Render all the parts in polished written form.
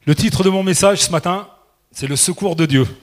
Le titre de mon message ce matin, c'est le secours de Dieu.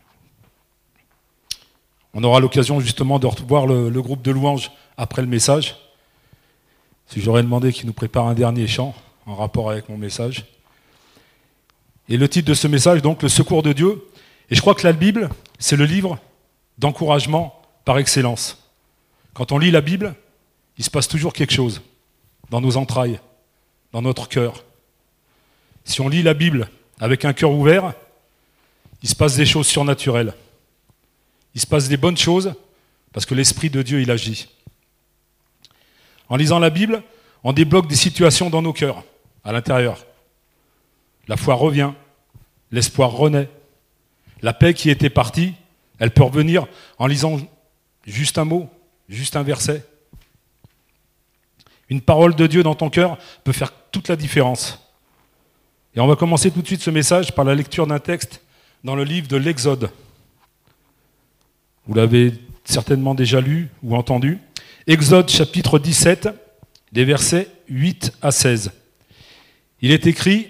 On aura l'occasion justement de revoir le groupe de louanges après le message. Si j'aurais demandé qu'il nous prépare un dernier chant en rapport avec mon message. Et le titre de ce message, donc, le secours de Dieu. Et je crois que la Bible, c'est le livre d'encouragement par excellence. Quand on lit la Bible, il se passe toujours quelque chose dans nos entrailles, dans notre cœur. Si on lit la Bible avec un cœur ouvert, il se passe des choses surnaturelles. Il se passe des bonnes choses parce que l'Esprit de Dieu, il agit. En lisant la Bible, on débloque des situations dans nos cœurs, à l'intérieur. La foi revient, l'espoir renaît. La paix qui était partie, elle peut revenir en lisant juste un mot, juste un verset. Une parole de Dieu dans ton cœur peut faire toute la différence. Et on va commencer tout de suite ce message par la lecture d'un texte dans le livre de l'Exode. Vous l'avez certainement déjà lu ou entendu. Exode chapitre 17, les versets 8 à 16. Il est écrit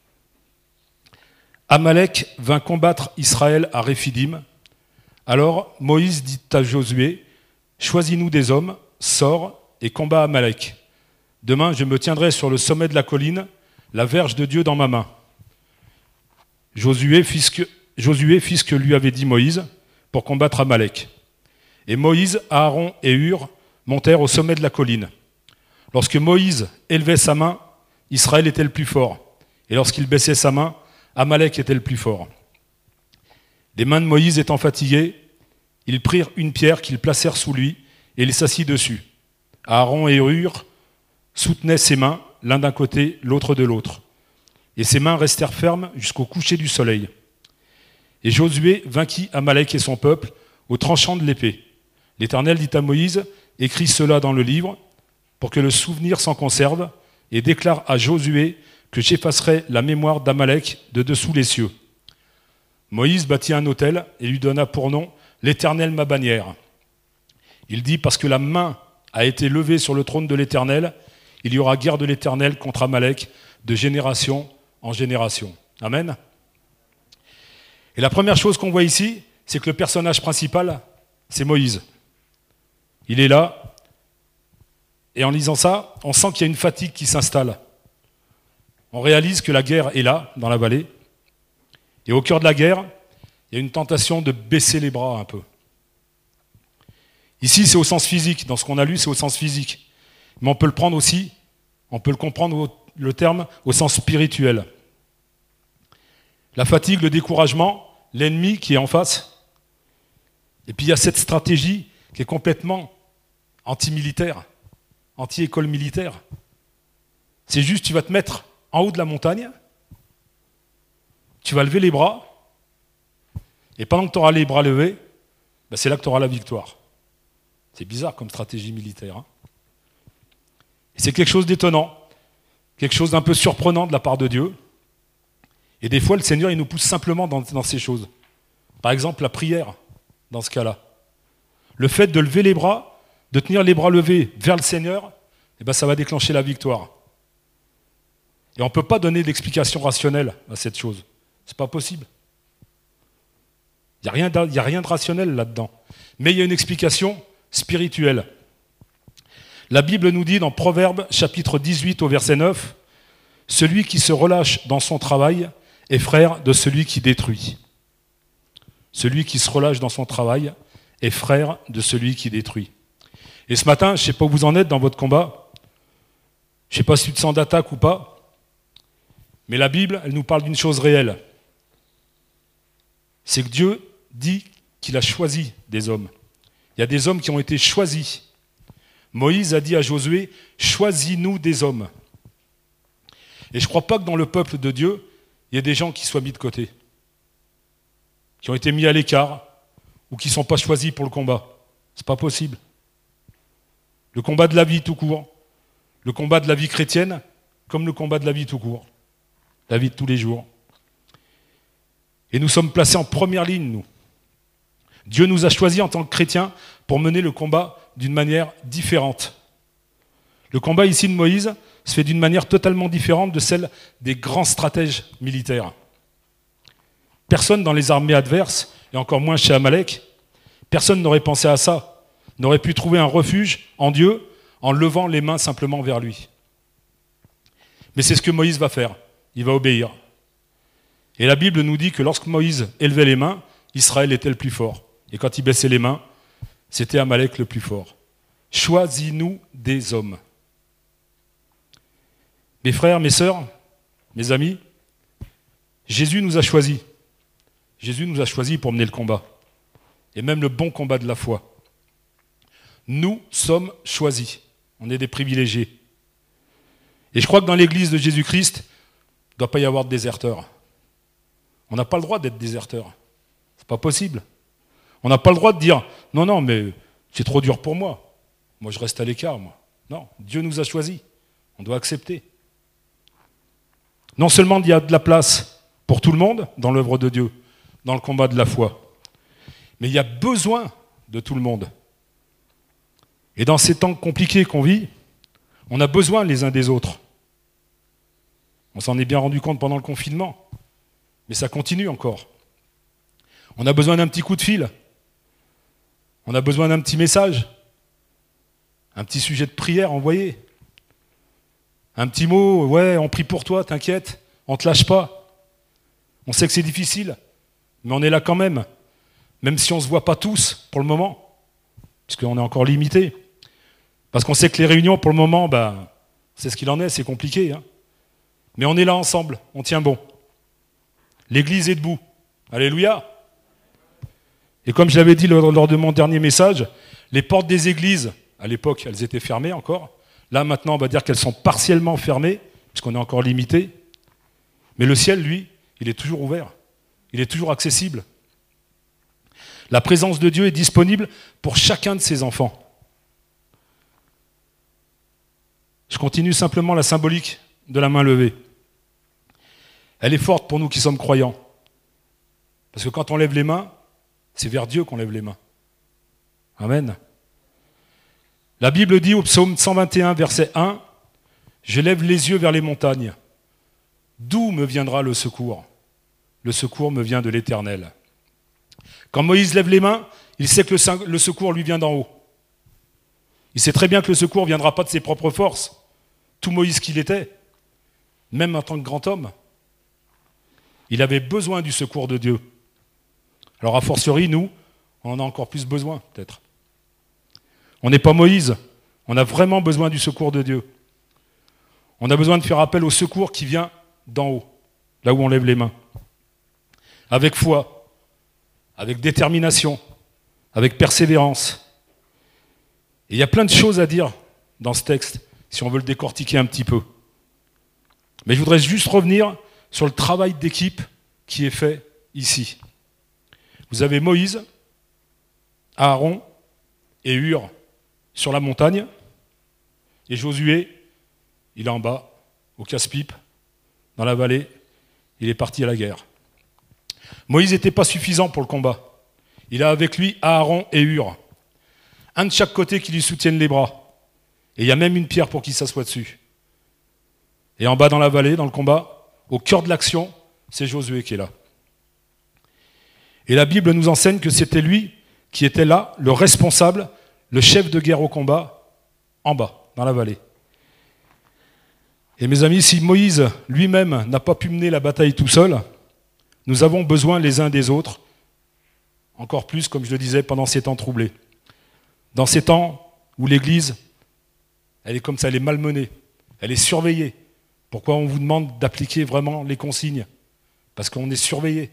« Amalek vint combattre Israël à Réphidim. Alors Moïse dit à Josué, « Choisis-nous des hommes, sors et combat Amalek. Demain je me tiendrai sur le sommet de la colline, la verge de Dieu dans ma main. » Josué fit ce que lui avait dit Moïse pour combattre Amalek. Et Moïse, Aaron et Hur montèrent au sommet de la colline. Lorsque Moïse élevait sa main, Israël était le plus fort. Et lorsqu'il baissait sa main, Amalek était le plus fort. Les mains de Moïse étant fatiguées, ils prirent une pierre qu'ils placèrent sous lui et il s'assit dessus. Aaron et Hur soutenaient ses mains, l'un d'un côté, l'autre de l'autre. Et ses mains restèrent fermes jusqu'au coucher du soleil. Et Josué vainquit Amalek et son peuple au tranchant de l'épée. L'Éternel dit à Moïse, « Écris cela dans le livre, pour que le souvenir s'en conserve, et déclare à Josué que j'effacerai la mémoire d'Amalek de dessous les cieux. » Moïse bâtit un autel et lui donna pour nom « L'Éternel ma bannière ». Il dit, parce que la main a été levée sur le trône de l'Éternel, il y aura guerre de l'Éternel contre Amalek de génération en génération. Amen. Et la première chose qu'on voit ici, c'est que le personnage principal, c'est Moïse. Il est là, et en lisant ça, on sent qu'il y a une fatigue qui s'installe. On réalise que la guerre est là, dans la vallée, et au cœur de la guerre, il y a une tentation de baisser les bras un peu. Ici, c'est au sens physique, dans ce qu'on a lu, c'est au sens physique. Mais on peut le prendre aussi, on peut le comprendre, le terme, au sens spirituel. La fatigue, le découragement, l'ennemi qui est en face. Et puis il y a cette stratégie qui est complètement anti-militaire, anti-école militaire. C'est juste, tu vas te mettre en haut de la montagne, tu vas lever les bras, et pendant que tu auras les bras levés, c'est là que tu auras la victoire. C'est bizarre comme stratégie militaire. Et c'est quelque chose d'étonnant, quelque chose d'un peu surprenant de la part de Dieu. Et des fois, le Seigneur, il nous pousse simplement dans ces choses. Par exemple, la prière, dans ce cas-là. Le fait de lever les bras, de tenir les bras levés vers le Seigneur, ça va déclencher la victoire. Et on ne peut pas donner d'explication rationnelle à cette chose. Ce n'est pas possible. Il n'y a rien de rationnel là-dedans. Mais il y a une explication spirituelle. La Bible nous dit dans Proverbes, chapitre 18, au verset 9, « Celui qui se relâche dans son travail est frère de celui qui détruit. » Celui qui se relâche dans son travail est frère de celui qui détruit. Et ce matin, je ne sais pas où vous en êtes dans votre combat, je ne sais pas si tu te sens d'attaque ou pas, mais la Bible, elle nous parle d'une chose réelle. C'est que Dieu dit qu'il a choisi des hommes. Il y a des hommes qui ont été choisis. Moïse a dit à Josué, « Choisis-nous des hommes. » Et je ne crois pas que dans le peuple de Dieu, il y ait des gens qui soient mis de côté, qui ont été mis à l'écart, ou qui ne sont pas choisis pour le combat. Ce n'est pas possible. Le combat de la vie tout court, le combat de la vie chrétienne, comme le combat de la vie tout court, la vie de tous les jours. Et nous sommes placés en première ligne, nous. Dieu nous a choisis en tant que chrétiens pour mener le combat d'une manière différente. Le combat ici de Moïse, se fait d'une manière totalement différente de celle des grands stratèges militaires. Personne dans les armées adverses, et encore moins chez Amalek, personne n'aurait pensé à ça, n'aurait pu trouver un refuge en Dieu en levant les mains simplement vers lui. Mais c'est ce que Moïse va faire, il va obéir. Et la Bible nous dit que lorsque Moïse élevait les mains, Israël était le plus fort. Et quand il baissait les mains, c'était Amalek le plus fort. Choisis-nous des hommes. Mes frères, mes sœurs, mes amis, Jésus nous a choisis. Jésus nous a choisis pour mener le combat. Et même le bon combat de la foi. Nous sommes choisis. On est des privilégiés. Et je crois que dans l'église de Jésus-Christ, il ne doit pas y avoir de déserteurs. On n'a pas le droit d'être déserteur. C'est pas possible. On n'a pas le droit de dire « Non, non, mais c'est trop dur pour moi. Moi, je reste à l'écart, moi. » Non, Dieu nous a choisis. On doit accepter. Non seulement il y a de la place pour tout le monde dans l'œuvre de Dieu, dans le combat de la foi, mais il y a besoin de tout le monde. Et dans ces temps compliqués qu'on vit, on a besoin les uns des autres. On s'en est bien rendu compte pendant le confinement, mais ça continue encore. On a besoin d'un petit coup de fil, on a besoin d'un petit message, un petit sujet de prière envoyé, un petit mot, ouais, on prie pour toi, t'inquiète, on ne te lâche pas. On sait que c'est difficile, mais on est là quand même si on ne se voit pas tous pour le moment, puisqu'on est encore limité. Parce qu'on sait que les réunions, pour le moment, c'est ce qu'il en est, c'est compliqué. Hein. Mais on est là ensemble, on tient bon. L'Église est debout. Alléluia. Et comme je l'avais dit lors de mon dernier message, les portes des églises, à l'époque, elles étaient fermées encore. Là, maintenant, on va dire qu'elles sont partiellement fermées, puisqu'on est encore limité. Mais le ciel, lui, il est toujours ouvert. Il est toujours accessible. La présence de Dieu est disponible pour chacun de ses enfants. Je continue simplement la symbolique de la main levée. Elle est forte pour nous qui sommes croyants. Parce que quand on lève les mains, c'est vers Dieu qu'on lève les mains. Amen. La Bible dit au psaume 121, verset 1, « Je lève les yeux vers les montagnes. D'où me viendra le secours ? Le secours me vient de l'Éternel. » Quand Moïse lève les mains, il sait que le secours lui vient d'en haut. Il sait très bien que le secours ne viendra pas de ses propres forces. Tout Moïse qu'il était, même en tant que grand homme, il avait besoin du secours de Dieu. Alors a fortiori, nous, on en a encore plus besoin, peut-être. On n'est pas Moïse, on a vraiment besoin du secours de Dieu. On a besoin de faire appel au secours qui vient d'en haut, là où on lève les mains. Avec foi, avec détermination, avec persévérance. Et il y a plein de choses à dire dans ce texte, si on veut le décortiquer un petit peu. Mais je voudrais juste revenir sur le travail d'équipe qui est fait ici. Vous avez Moïse, Aaron et Hur sur la montagne, et Josué, il est en bas, au casse-pipe, dans la vallée, il est parti à la guerre. Moïse n'était pas suffisant pour le combat. Il a avec lui Aaron et Hur, un de chaque côté qui lui soutiennent les bras. Et il y a même une pierre pour qu'il s'assoie dessus. Et en bas dans la vallée, dans le combat, au cœur de l'action, c'est Josué qui est là. Et la Bible nous enseigne que c'était lui qui était là, le responsable, le chef de guerre au combat, en bas, dans la vallée. Et mes amis, si Moïse lui-même n'a pas pu mener la bataille tout seul, nous avons besoin les uns des autres, encore plus, comme je le disais, pendant ces temps troublés. Dans ces temps où l'Église, elle est comme ça, elle est malmenée, elle est surveillée. Pourquoi on vous demande d'appliquer vraiment les consignes ? Parce qu'on est surveillé.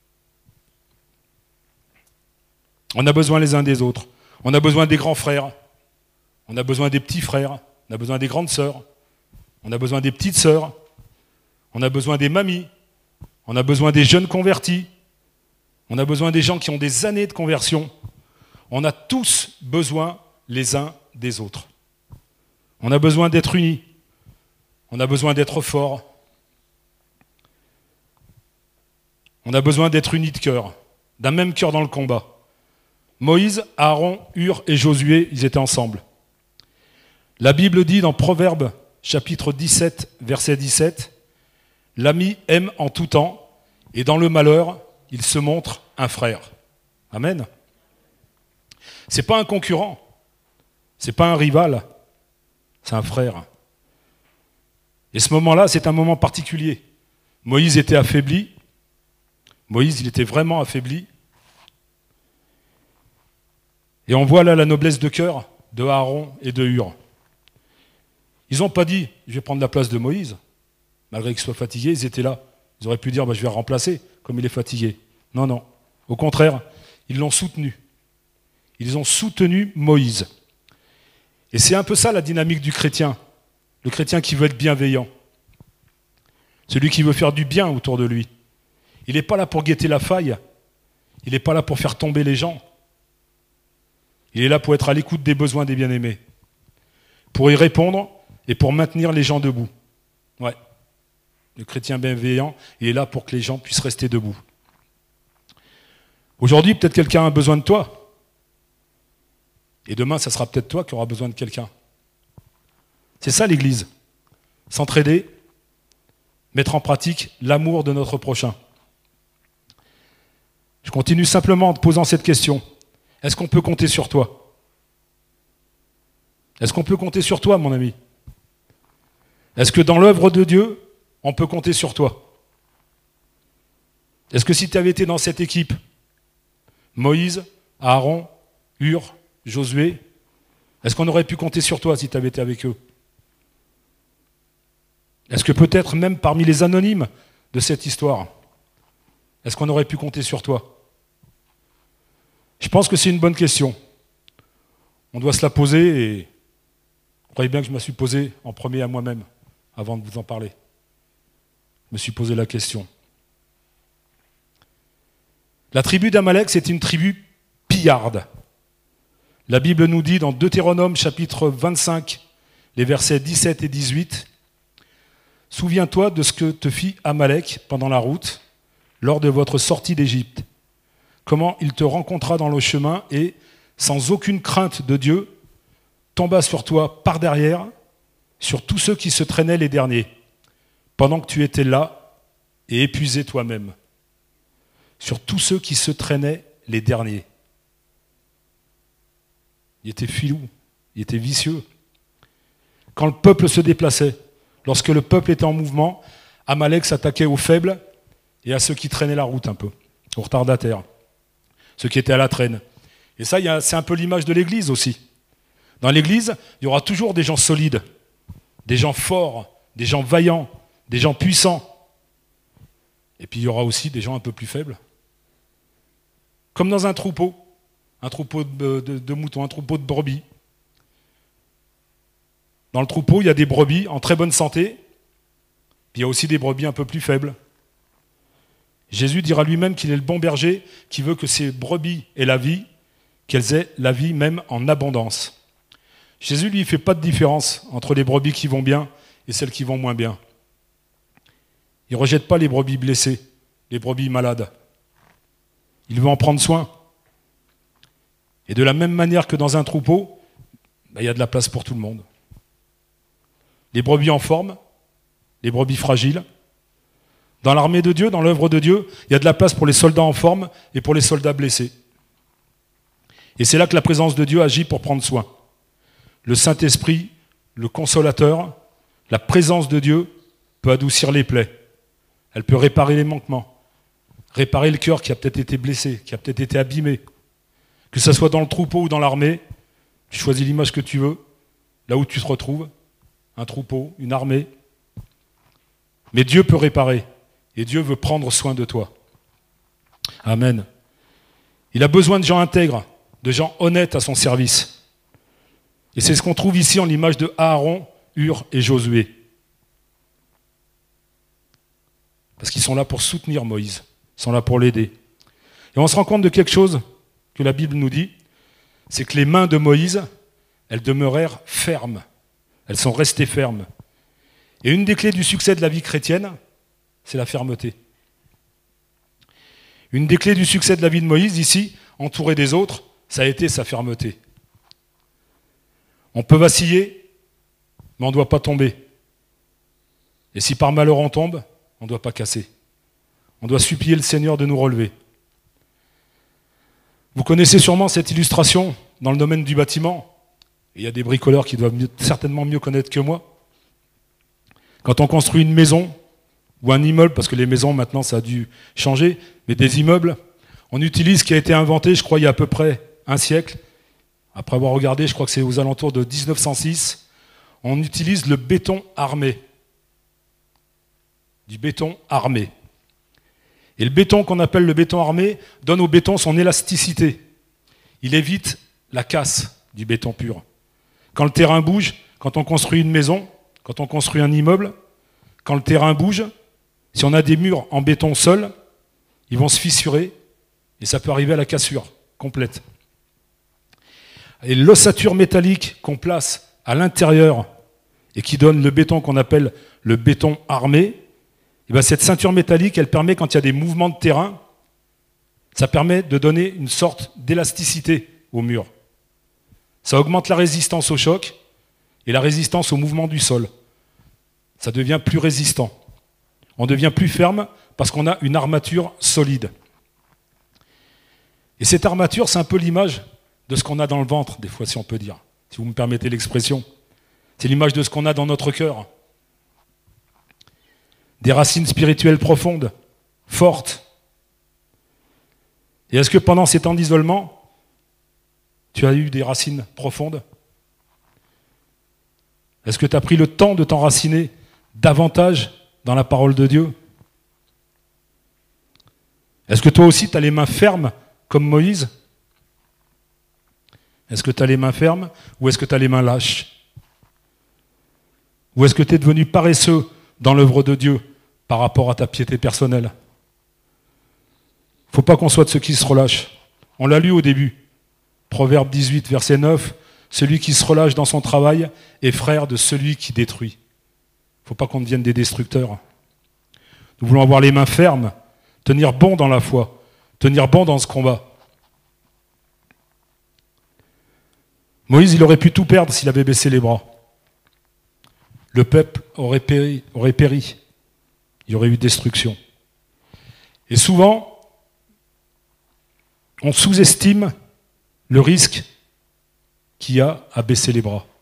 On a besoin les uns des autres. On a besoin des grands frères. On a besoin des petits frères. On a besoin des grandes sœurs. On a besoin des petites sœurs. On a besoin des mamies. On a besoin des jeunes convertis. On a besoin des gens qui ont des années de conversion. On a tous besoin les uns des autres. On a besoin d'être unis. On a besoin d'être forts. On a besoin d'être unis de cœur, d'un même cœur dans le combat. Moïse, Aaron, Hur et Josué, ils étaient ensemble. La Bible dit dans Proverbe chapitre 17, verset 17, « L'ami aime en tout temps, et dans le malheur, il se montre un frère. » Amen. Ce n'est pas un concurrent, ce n'est pas un rival, c'est un frère. Et ce moment-là, c'est un moment particulier. Moïse était affaibli. Moïse, il était vraiment affaibli. Et on voit là la noblesse de cœur de Aaron et de Hur. Ils n'ont pas dit « je vais prendre la place de Moïse », malgré qu'ils soient fatigués, ils étaient là. Ils auraient pu dire bah, « je vais le remplacer », comme il est fatigué. Non, non. Au contraire, ils l'ont soutenu. Ils ont soutenu Moïse. Et c'est un peu ça la dynamique du chrétien. Le chrétien qui veut être bienveillant. Celui qui veut faire du bien autour de lui. Il n'est pas là pour guetter la faille. Il n'est pas là pour faire tomber les gens. Il est là pour être à l'écoute des besoins des bien-aimés. Pour y répondre et pour maintenir les gens debout. Ouais. Le chrétien bienveillant, il est là pour que les gens puissent rester debout. Aujourd'hui, peut-être quelqu'un a besoin de toi. Et demain, ça sera peut-être toi qui auras besoin de quelqu'un. C'est ça l'Église. S'entraider, mettre en pratique l'amour de notre prochain. Je continue simplement en te posant cette question. Est-ce qu'on peut compter sur toi? Est-ce qu'on peut compter sur toi, mon ami? Est-ce que dans l'œuvre de Dieu, on peut compter sur toi? Est-ce que si tu avais été dans cette équipe, Moïse, Aaron, Hur, Josué, est-ce qu'on aurait pu compter sur toi si tu avais été avec eux? Est-ce que peut-être même parmi les anonymes de cette histoire, est-ce qu'on aurait pu compter sur toi? Je pense que c'est une bonne question. On doit se la poser et vous croyez bien que je me suis posé en premier à moi-même avant de vous en parler. Je me suis posé la question. La tribu d'Amalek, c'est une tribu pillarde. La Bible nous dit dans Deutéronome chapitre 25, les versets 17 et 18, « Souviens-toi de ce que te fit Amalek pendant la route, lors de votre sortie d'Égypte, comment il te rencontra dans le chemin et, sans aucune crainte de Dieu, tomba sur toi par derrière, sur tous ceux qui se traînaient les derniers, pendant que tu étais là et épuisé toi-même. » Sur tous ceux qui se traînaient les derniers. Il était filou, il était vicieux. Quand le peuple se déplaçait, lorsque le peuple était en mouvement, Amalek s'attaquait aux faibles et à ceux qui traînaient la route un peu, aux retardataires, ceux qui étaient à la traîne. Et ça, c'est un peu l'image de l'Église aussi. Dans l'Église, il y aura toujours des gens solides, des gens forts, des gens vaillants, des gens puissants. Et puis il y aura aussi des gens un peu plus faibles. Comme dans un troupeau de moutons, un troupeau de brebis. Dans le troupeau, il y a des brebis en très bonne santé, puis il y a aussi des brebis un peu plus faibles. Jésus dira lui-même qu'il est le bon berger qui veut que ces brebis aient la vie, qu'elles aient la vie même en abondance. Jésus, lui, ne fait pas de différence entre les brebis qui vont bien et celles qui vont moins bien. Il ne rejette pas les brebis blessées, les brebis malades. Il veut en prendre soin. Et de la même manière que dans un troupeau, il y a de la place pour tout le monde. Les brebis en forme, les brebis fragiles. Dans l'armée de Dieu, dans l'œuvre de Dieu, il y a de la place pour les soldats en forme et pour les soldats blessés. Et c'est là que la présence de Dieu agit pour prendre soin. Le Saint-Esprit, le Consolateur, la présence de Dieu peut adoucir les plaies. Elle peut réparer les manquements. Réparer le cœur qui a peut-être été blessé, qui a peut-être été abîmé. Que ce soit dans le troupeau ou dans l'armée, tu choisis l'image que tu veux, là où tu te retrouves, un troupeau, une armée. Mais Dieu peut réparer, et Dieu veut prendre soin de toi. Amen. Il a besoin de gens intègres, de gens honnêtes à son service. Et c'est ce qu'on trouve ici en l'image de Aaron, Hur et Josué. Parce qu'ils sont là pour soutenir Moïse. Ils sont là pour l'aider. Et on se rend compte de quelque chose que la Bible nous dit, c'est que les mains de Moïse, elles demeurèrent fermes. Elles sont restées fermes. Et une des clés du succès de la vie chrétienne, c'est la fermeté. Une des clés du succès de la vie de Moïse, ici, entouré des autres, ça a été sa fermeté. On peut vaciller, mais on ne doit pas tomber. Et si par malheur on tombe, on ne doit pas casser. On doit supplier le Seigneur de nous relever. Vous connaissez sûrement cette illustration dans le domaine du bâtiment. Il y a des bricoleurs qui doivent certainement mieux connaître que moi. Quand on construit une maison ou un immeuble, parce que les maisons maintenant ça a dû changer, mais des immeubles, on utilise ce qui a été inventé, je crois, il y a à peu près un siècle. Après avoir regardé, je crois que c'est aux alentours de 1906, on utilise le béton armé. Du béton armé. Et le béton qu'on appelle le béton armé donne au béton son élasticité. Il évite la casse du béton pur. Quand le terrain bouge, quand on construit une maison, quand on construit un immeuble, quand le terrain bouge, si on a des murs en béton seul, ils vont se fissurer et ça peut arriver à la cassure complète. Et l'ossature métallique qu'on place à l'intérieur et qui donne le béton qu'on appelle le béton armé, et bien cette ceinture métallique, elle permet, quand il y a des mouvements de terrain, ça permet de donner une sorte d'élasticité au mur. Ça augmente la résistance au choc et la résistance au mouvement du sol. Ça devient plus résistant. On devient plus ferme parce qu'on a une armature solide. Et cette armature, c'est un peu l'image de ce qu'on a dans le ventre, des fois, si on peut dire, si vous me permettez l'expression. C'est l'image de ce qu'on a dans notre cœur. Des racines spirituelles profondes, fortes. Et est-ce que pendant ces temps d'isolement, tu as eu des racines profondes? Est-ce que tu as pris le temps de t'enraciner davantage dans la parole de Dieu? Est-ce que toi aussi tu as les mains fermes comme Moïse? Est-ce que tu as les mains fermes ou est-ce que tu as les mains lâches? Ou est-ce que tu es devenu paresseux dans l'œuvre de Dieu par rapport à ta piété personnelle? Il ne faut pas qu'on soit de ceux qui se relâchent. On l'a lu au début. Proverbe 18, verset 9. Celui qui se relâche dans son travail est frère de celui qui détruit. Il ne faut pas qu'on devienne des destructeurs. Nous voulons avoir les mains fermes, tenir bon dans la foi, tenir bon dans ce combat. Moïse, il aurait pu tout perdre s'il avait baissé les bras. Le peuple aurait péri. Il y aurait eu destruction. Et souvent, on sous-estime le risque qu'il y a à baisser les bras.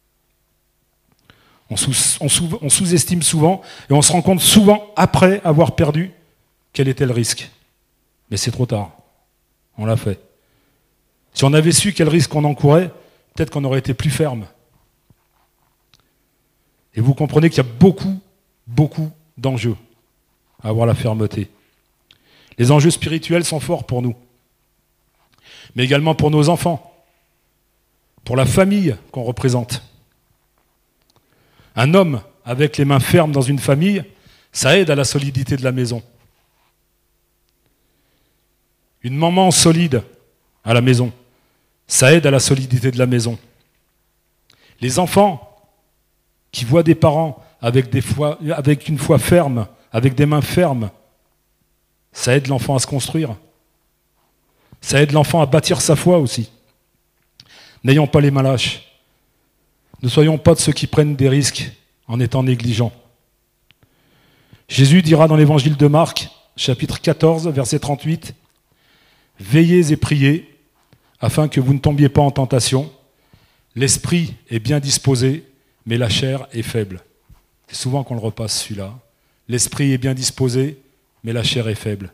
On sous-estime souvent et on se rend compte souvent, après avoir perdu, quel était le risque. Mais c'est trop tard. On l'a fait. Si on avait su quel risque on encourait, peut-être qu'on aurait été plus ferme. Et vous comprenez qu'il y a beaucoup d'enjeux à avoir la fermeté. Les enjeux spirituels sont forts pour nous, mais également pour nos enfants, pour la famille qu'on représente. Un homme avec les mains fermes dans une famille, ça aide à la solidité de la maison. Une maman solide à la maison, ça aide à la solidité de la maison. Les enfants qui voient des parents avec une foi ferme, avec des mains fermes, ça aide l'enfant à se construire. Ça aide l'enfant à bâtir sa foi aussi. N'ayons pas les mains lâches. Ne soyons pas de ceux qui prennent des risques en étant négligents. Jésus dira dans l'évangile de Marc, chapitre 14, verset 38, « Veillez et priez, afin que vous ne tombiez pas en tentation. L'esprit est bien disposé, mais la chair est faible. » C'est souvent qu'on le repasse celui-là. L'esprit est bien disposé, mais la chair est faible.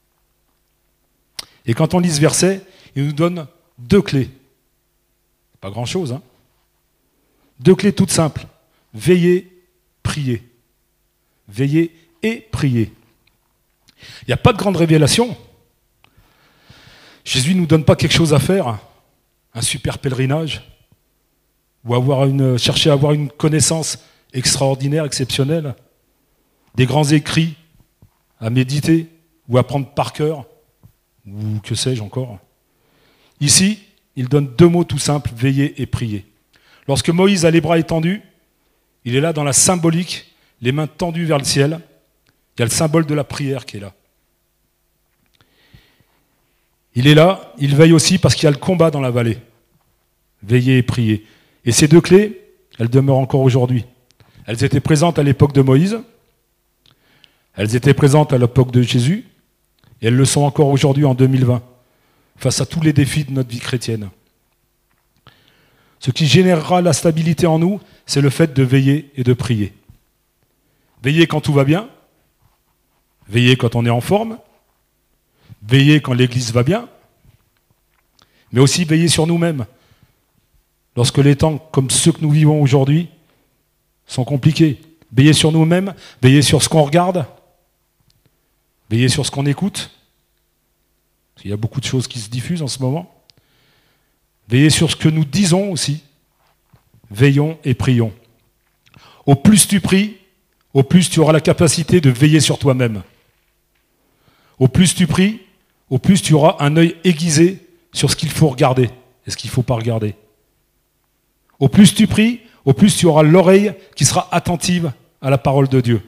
Et quand on lit ce verset, il nous donne deux clés. Pas grand-chose, hein. Deux clés toutes simples. Veillez, priez. Veillez et priez. Il n'y a pas de grande révélation. Jésus ne nous donne pas quelque chose à faire, un super pèlerinage, ou chercher à avoir une connaissance extraordinaire, exceptionnelle, des grands écrits à méditer ou à prendre par cœur, ou que sais-je encore. Ici, il donne deux mots tout simples, veiller et prier. Lorsque Moïse a les bras étendus, il est là dans la symbolique, les mains tendues vers le ciel. Il y a le symbole de la prière qui est là. Il est là, il veille aussi parce qu'il y a le combat dans la vallée. Veiller et prier. Et ces deux clés, elles demeurent encore aujourd'hui. Elles étaient présentes à l'époque de Moïse, elles étaient présentes à l'époque de Jésus, et elles le sont encore aujourd'hui en 2020, face à tous les défis de notre vie chrétienne. Ce qui générera la stabilité en nous, c'est le fait de veiller et de prier. Veiller quand tout va bien, veiller quand on est en forme, veiller quand l'Église va bien, mais aussi veiller sur nous-mêmes. Lorsque les temps comme ceux que nous vivons aujourd'hui sont compliqués, veiller sur nous-mêmes, veiller sur ce qu'on regarde, veiller sur ce qu'on écoute. Il y a beaucoup de choses qui se diffusent en ce moment. Veillez sur ce que nous disons aussi. Veillons et prions. Au plus tu pries, au plus tu auras la capacité de veiller sur toi-même. Au plus tu pries, au plus tu auras un œil aiguisé sur ce qu'il faut regarder et ce qu'il ne faut pas regarder. Au plus tu pries, au plus tu auras l'oreille qui sera attentive à la parole de Dieu.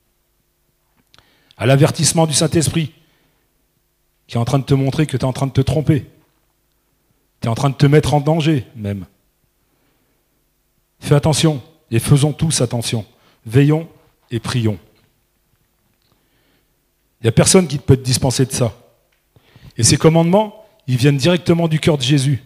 À l'avertissement du Saint-Esprit, qui est en train de te montrer que tu es en train de te tromper. Tu es en train de te mettre en danger, même. Fais attention, et faisons tous attention. Veillons et prions. Il n'y a personne qui peut te dispenser de ça. Et ces commandements, ils viennent directement du cœur de Jésus.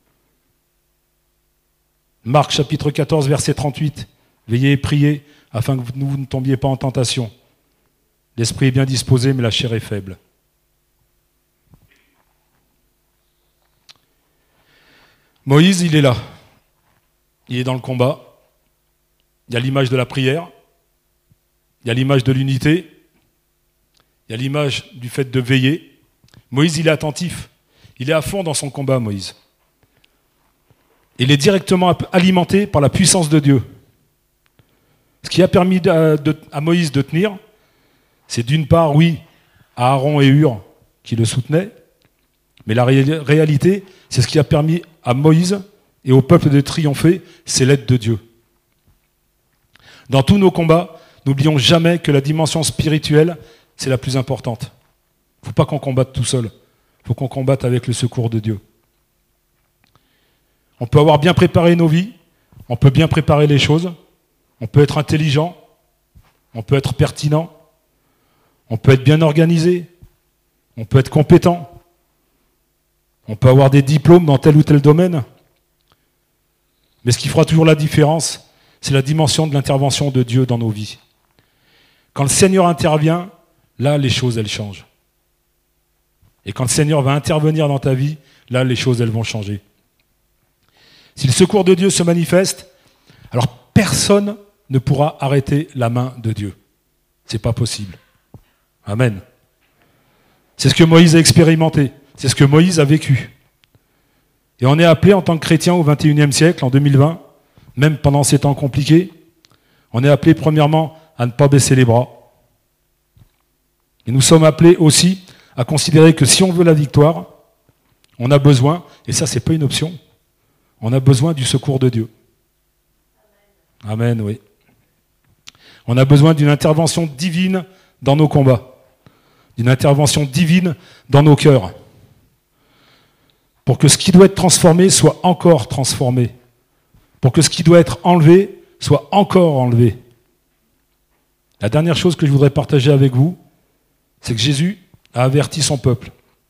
Marc chapitre 14, verset 38. Veillez et priez, afin que vous ne tombiez pas en tentation. L'esprit est bien disposé, mais la chair est faible. Moïse, il est là. Il est dans le combat. Il y a l'image de la prière. Il y a l'image de l'unité. Il y a l'image du fait de veiller. Moïse, il est attentif. Il est à fond dans son combat, Moïse. Il est directement alimenté par la puissance de Dieu. Ce qui a permis à Moïse de tenir, c'est d'une part, oui, Aaron et Hur qui le soutenaient, mais la réalité, c'est ce qui a permis à Moïse et au peuple de triompher, c'est l'aide de Dieu. Dans tous nos combats, n'oublions jamais que la dimension spirituelle, c'est la plus importante. Il ne faut pas qu'on combatte tout seul. Il faut qu'on combatte avec le secours de Dieu. On peut avoir bien préparé nos vies, on peut bien préparer les choses, on peut être intelligent, on peut être pertinent, on peut être bien organisé, on peut être compétent, on peut avoir des diplômes dans tel ou tel domaine. Mais ce qui fera toujours la différence, c'est la dimension de l'intervention de Dieu dans nos vies. Quand le Seigneur intervient, là, les choses, elles changent. Et quand le Seigneur va intervenir dans ta vie, là, les choses, elles vont changer. Si le secours de Dieu se manifeste, alors personne ne pourra arrêter la main de Dieu. C'est pas possible. Amen. C'est ce que Moïse a expérimenté. C'est ce que Moïse a vécu. Et on est appelé en tant que chrétien au XXIe siècle, en 2020, même pendant ces temps compliqués, on est appelé premièrement à ne pas baisser les bras. Et nous sommes appelés aussi à considérer que si on veut la victoire, on a besoin, et ça c'est pas une option, on a besoin du secours de Dieu. Amen, oui. On a besoin d'une intervention divine dans nos combats, d'une intervention divine dans nos cœurs, pour que ce qui doit être transformé soit encore transformé, pour que ce qui doit être enlevé soit encore enlevé. La dernière chose que je voudrais partager avec vous, c'est que Jésus a averti son peuple.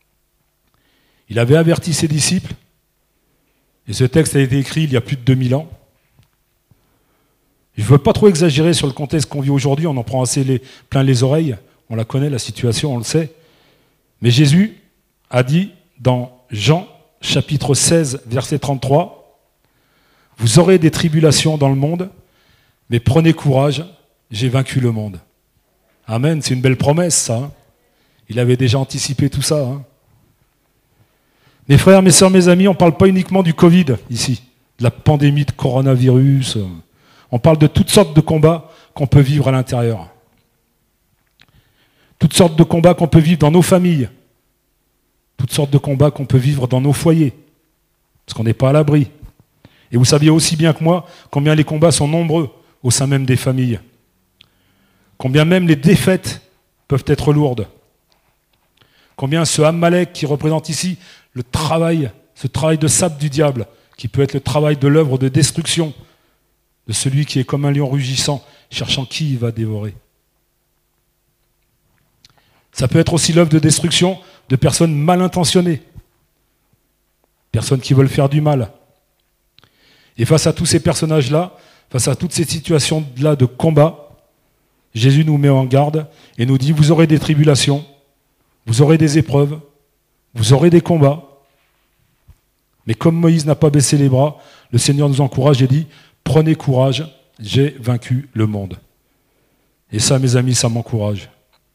Il avait averti ses disciples, et ce texte a été écrit il y a plus de 2000 ans. Je ne veux pas trop exagérer sur le contexte qu'on vit aujourd'hui, on en prend assez plein les oreilles, on la connaît, la situation, on le sait. Mais Jésus a dit dans Jean, chapitre 16, verset 33, « Vous aurez des tribulations dans le monde, mais prenez courage, j'ai vaincu le monde. » Amen, c'est une belle promesse, ça. Hein. Il avait déjà anticipé tout ça. Hein. Mes frères, mes sœurs, mes amis, on ne parle pas uniquement du Covid ici, de la pandémie de coronavirus. On parle de toutes sortes de combats qu'on peut vivre à l'intérieur. Toutes sortes de combats qu'on peut vivre dans nos familles. Toutes sortes de combats qu'on peut vivre dans nos foyers. Parce qu'on n'est pas à l'abri. Et vous saviez aussi bien que moi combien les combats sont nombreux au sein même des familles. Combien même les défaites peuvent être lourdes. Combien ce Amalek qui représente ici le travail, ce travail de sable du diable, qui peut être le travail de l'œuvre de destruction, de celui qui est comme un lion rugissant, cherchant qui il va dévorer. Ça peut être aussi l'œuvre de destruction de personnes mal intentionnées, personnes qui veulent faire du mal. Et face à tous ces personnages-là, face à toutes ces situations-là de combat, Jésus nous met en garde et nous dit, vous aurez des tribulations, vous aurez des épreuves, vous aurez des combats. Mais comme Moïse n'a pas baissé les bras, le Seigneur nous encourage et dit, prenez courage, j'ai vaincu le monde. Et ça, mes amis, ça m'encourage.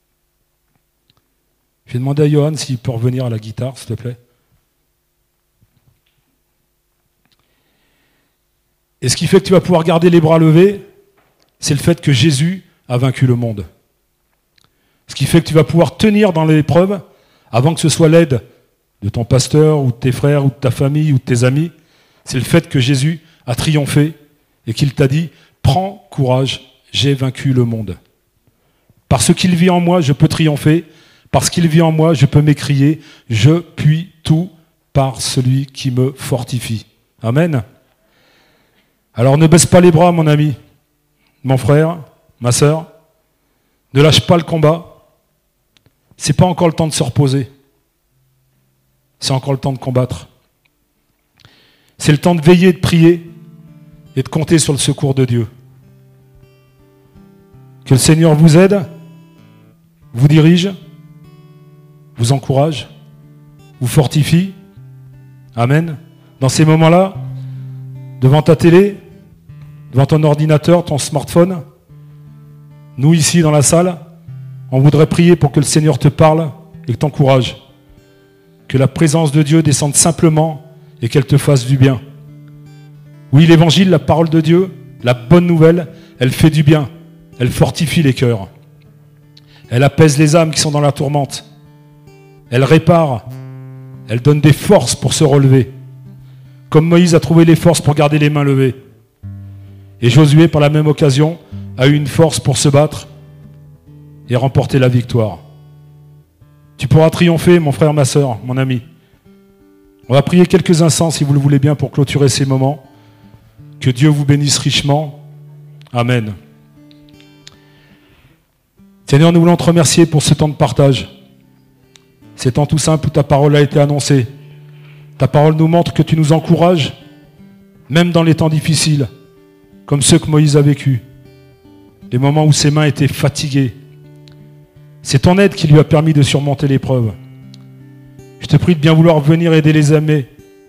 Je vais demander à Johan s'il peut revenir à la guitare, s'il te plaît. Et ce qui fait que tu vas pouvoir garder les bras levés, c'est le fait que Jésus a vaincu le monde. Ce qui fait que tu vas pouvoir tenir dans l'épreuve, avant que ce soit l'aide de ton pasteur, ou de tes frères, ou de ta famille, ou de tes amis, c'est le fait que Jésus a triomphé et qu'il t'a dit « Prends courage, j'ai vaincu le monde. Parce qu'il vit en moi, je peux triompher. Parce qu'il vit en moi, je peux m'écrier. Je puis tout par celui qui me fortifie. » Amen. Alors ne baisse pas les bras, mon ami, mon frère, ma sœur. Ne lâche pas le combat. C'est pas encore le temps de se reposer. C'est encore le temps de combattre. C'est le temps de veiller, de prier et de compter sur le secours de Dieu. Que le Seigneur vous aide, vous dirige, vous encourage, vous fortifie. Amen. Dans ces moments-là, devant ta télé, devant ton ordinateur, ton smartphone, nous ici dans la salle, on voudrait prier pour que le Seigneur te parle et que t'encourage. Que la présence de Dieu descende simplement et qu'elle te fasse du bien. Oui, l'évangile, la parole de Dieu, la bonne nouvelle, elle fait du bien. Elle fortifie les cœurs. Elle apaise les âmes qui sont dans la tourmente. Elle répare. Elle donne des forces pour se relever. Comme Moïse a trouvé les forces pour garder les mains levées. Et Josué, par la même occasion, a eu une force pour se battre et remporter la victoire. Tu pourras triompher, mon frère, ma sœur, mon ami. On va prier quelques instants, si vous le voulez bien, pour clôturer ces moments. Que Dieu vous bénisse richement. Amen. Seigneur, nous voulons te remercier pour ce temps de partage. C'est temps tout simple où ta parole a été annoncée. Ta parole nous montre que tu nous encourages, même dans les temps difficiles, comme ceux que Moïse a vécu. Les moments où ses mains étaient fatiguées. C'est ton aide qui lui a permis de surmonter l'épreuve. Je te prie de bien vouloir venir aider les amis.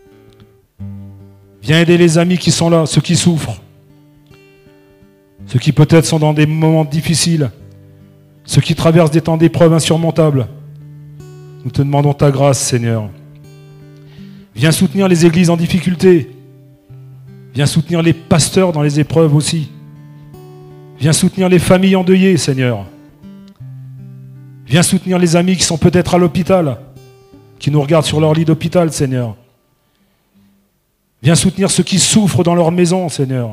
Viens aider les amis qui sont là, ceux qui souffrent. Ceux qui peut-être sont dans des moments difficiles. Ceux qui traversent des temps d'épreuve insurmontables. Nous te demandons ta grâce, Seigneur. Viens soutenir les églises en difficulté. Viens soutenir les pasteurs dans les épreuves aussi. Viens soutenir les familles endeuillées, Seigneur. Viens soutenir les amis qui sont peut-être à l'hôpital, qui nous regardent sur leur lit d'hôpital, Seigneur. Viens soutenir ceux qui souffrent dans leur maison, Seigneur.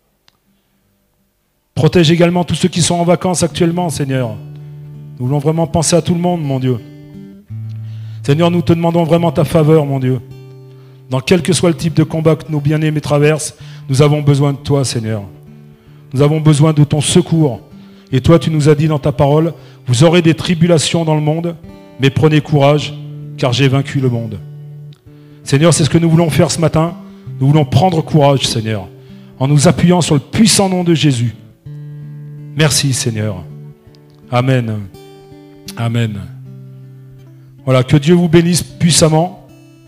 Protège également tous ceux qui sont en vacances actuellement, Seigneur. Nous voulons vraiment penser à tout le monde, mon Dieu. Seigneur, nous te demandons vraiment ta faveur, mon Dieu. Dans quel que soit le type de combat que nos bien-aimés traversent, nous avons besoin de toi, Seigneur. Nous avons besoin de ton secours. Et toi, tu nous as dit dans ta parole, vous aurez des tribulations dans le monde, mais prenez courage, car j'ai vaincu le monde. Seigneur, c'est ce que nous voulons faire ce matin. Nous voulons prendre courage, Seigneur, en nous appuyant sur le puissant nom de Jésus. Merci, Seigneur. Amen. Amen. Voilà, que Dieu vous bénisse puissamment.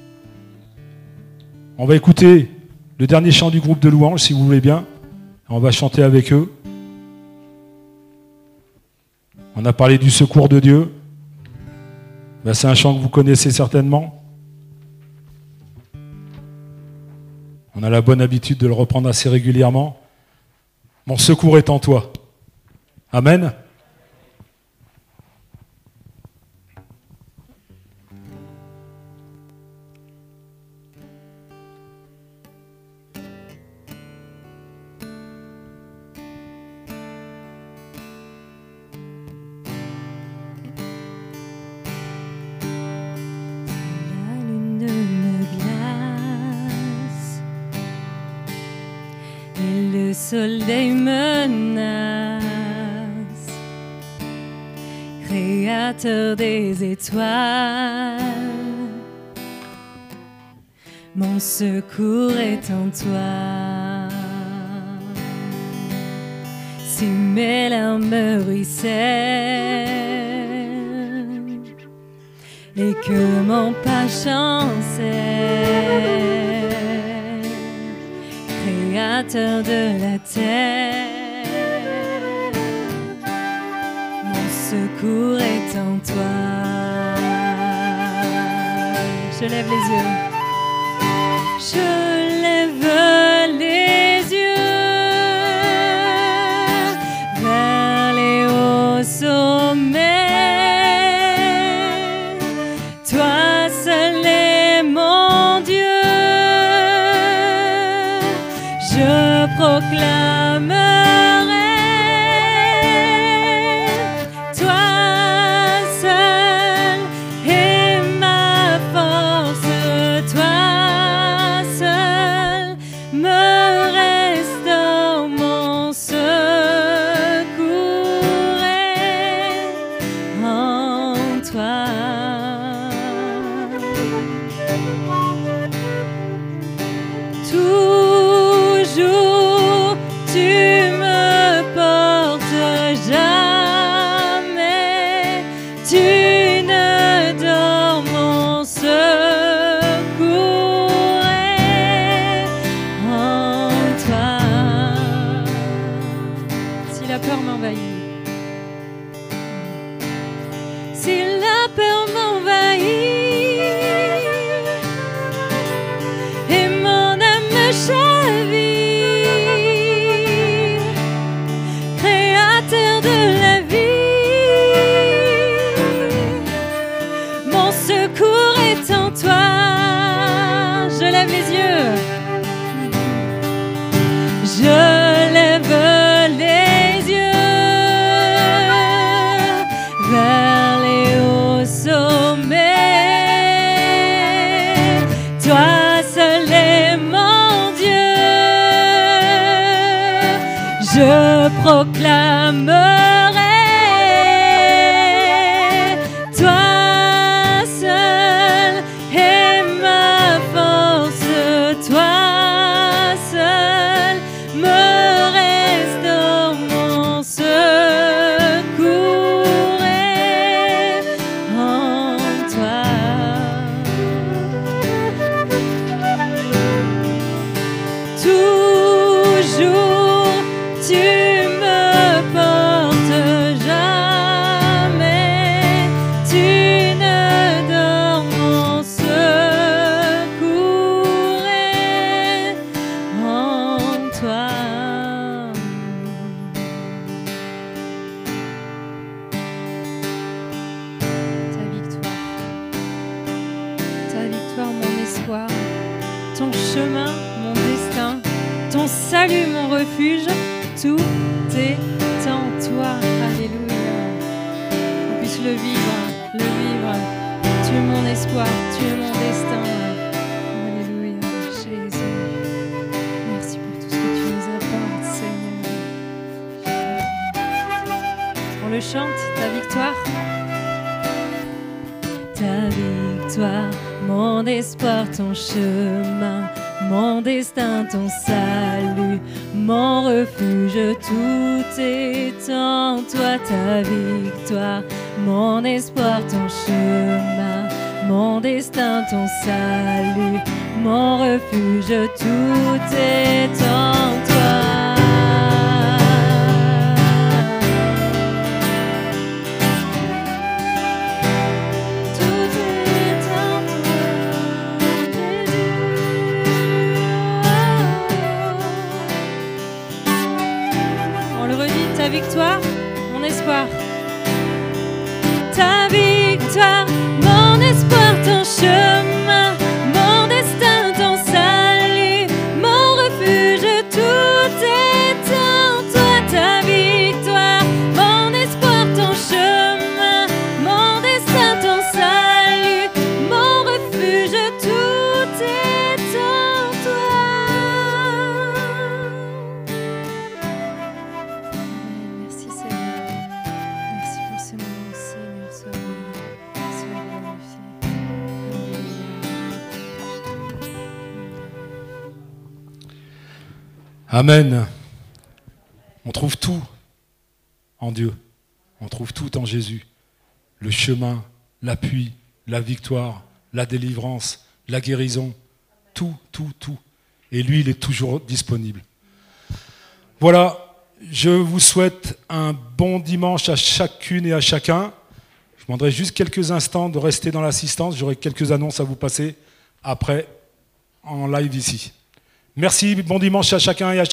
On va écouter le dernier chant du groupe de louanges, si vous voulez bien. On va chanter avec eux. On a parlé du secours de Dieu. Ben, c'est un chant que vous connaissez certainement. On a la bonne habitude de le reprendre assez régulièrement. Mon secours est en toi. Amen. soleil menace, créateur des étoiles, mon secours est en toi. Si mes larmes ruissellent et que mon pas chancelle, créateur de la terre, mon secours est en toi. Je lève les yeux. Je lève les yeux vers les hauts sommets. Toi seul est mon Dieu. Je proclamerai toi seul est ma force. Toi seul me restaure, mon secours est en toi. Toujours tu me portes, jamais tu ne dors, mon secours est en toi. Si la peur m'envahit, si la peur m'envahit et mon âme chavire, créateur de la vie, mon secours est en toi. Je lève les yeux. Je lève les yeux vers les hauts sommets. Toi seul est mon Dieu. Je proclamerai toi seul est ma force. Toi seul me restaure, mon secours est en toi. Toujours tu me portes, jamais tu ne dors, mon secours est en toi. Ta victoire, mon espoir, ton chemin, mon destin, ton salut, mon refuge, tout est en toi. Alléluia. Qu'on puisse le vivre. Tu es mon espoir, tu es mon destin. Alléluia, Jésus. Merci pour tout ce que tu nous apportes, Seigneur. On le chante, ta victoire. Ta victoire, mon espoir, ton chemin, mon destin, ton salut, mon refuge, tout est en toi. Ta victoire, mon espoir, ton chemin, mon destin, ton salut, mon refuge, tout est en toi. Ta victoire, mon espoir. Ta victoire, mon espoir, ton chemin, mon destin, ton salut, mon refuge, tout Amen. On trouve tout en Dieu. On trouve tout en Jésus. Le chemin, l'appui, la victoire, la délivrance, la guérison. Tout, tout, tout. Et lui, il est toujours disponible. Voilà, je vous souhaite un bon dimanche à chacune et à chacun. Je vous demanderai juste quelques instants de rester dans l'assistance. J'aurai quelques annonces à vous passer après en live ici. Merci, bon dimanche à chacun et à chacun.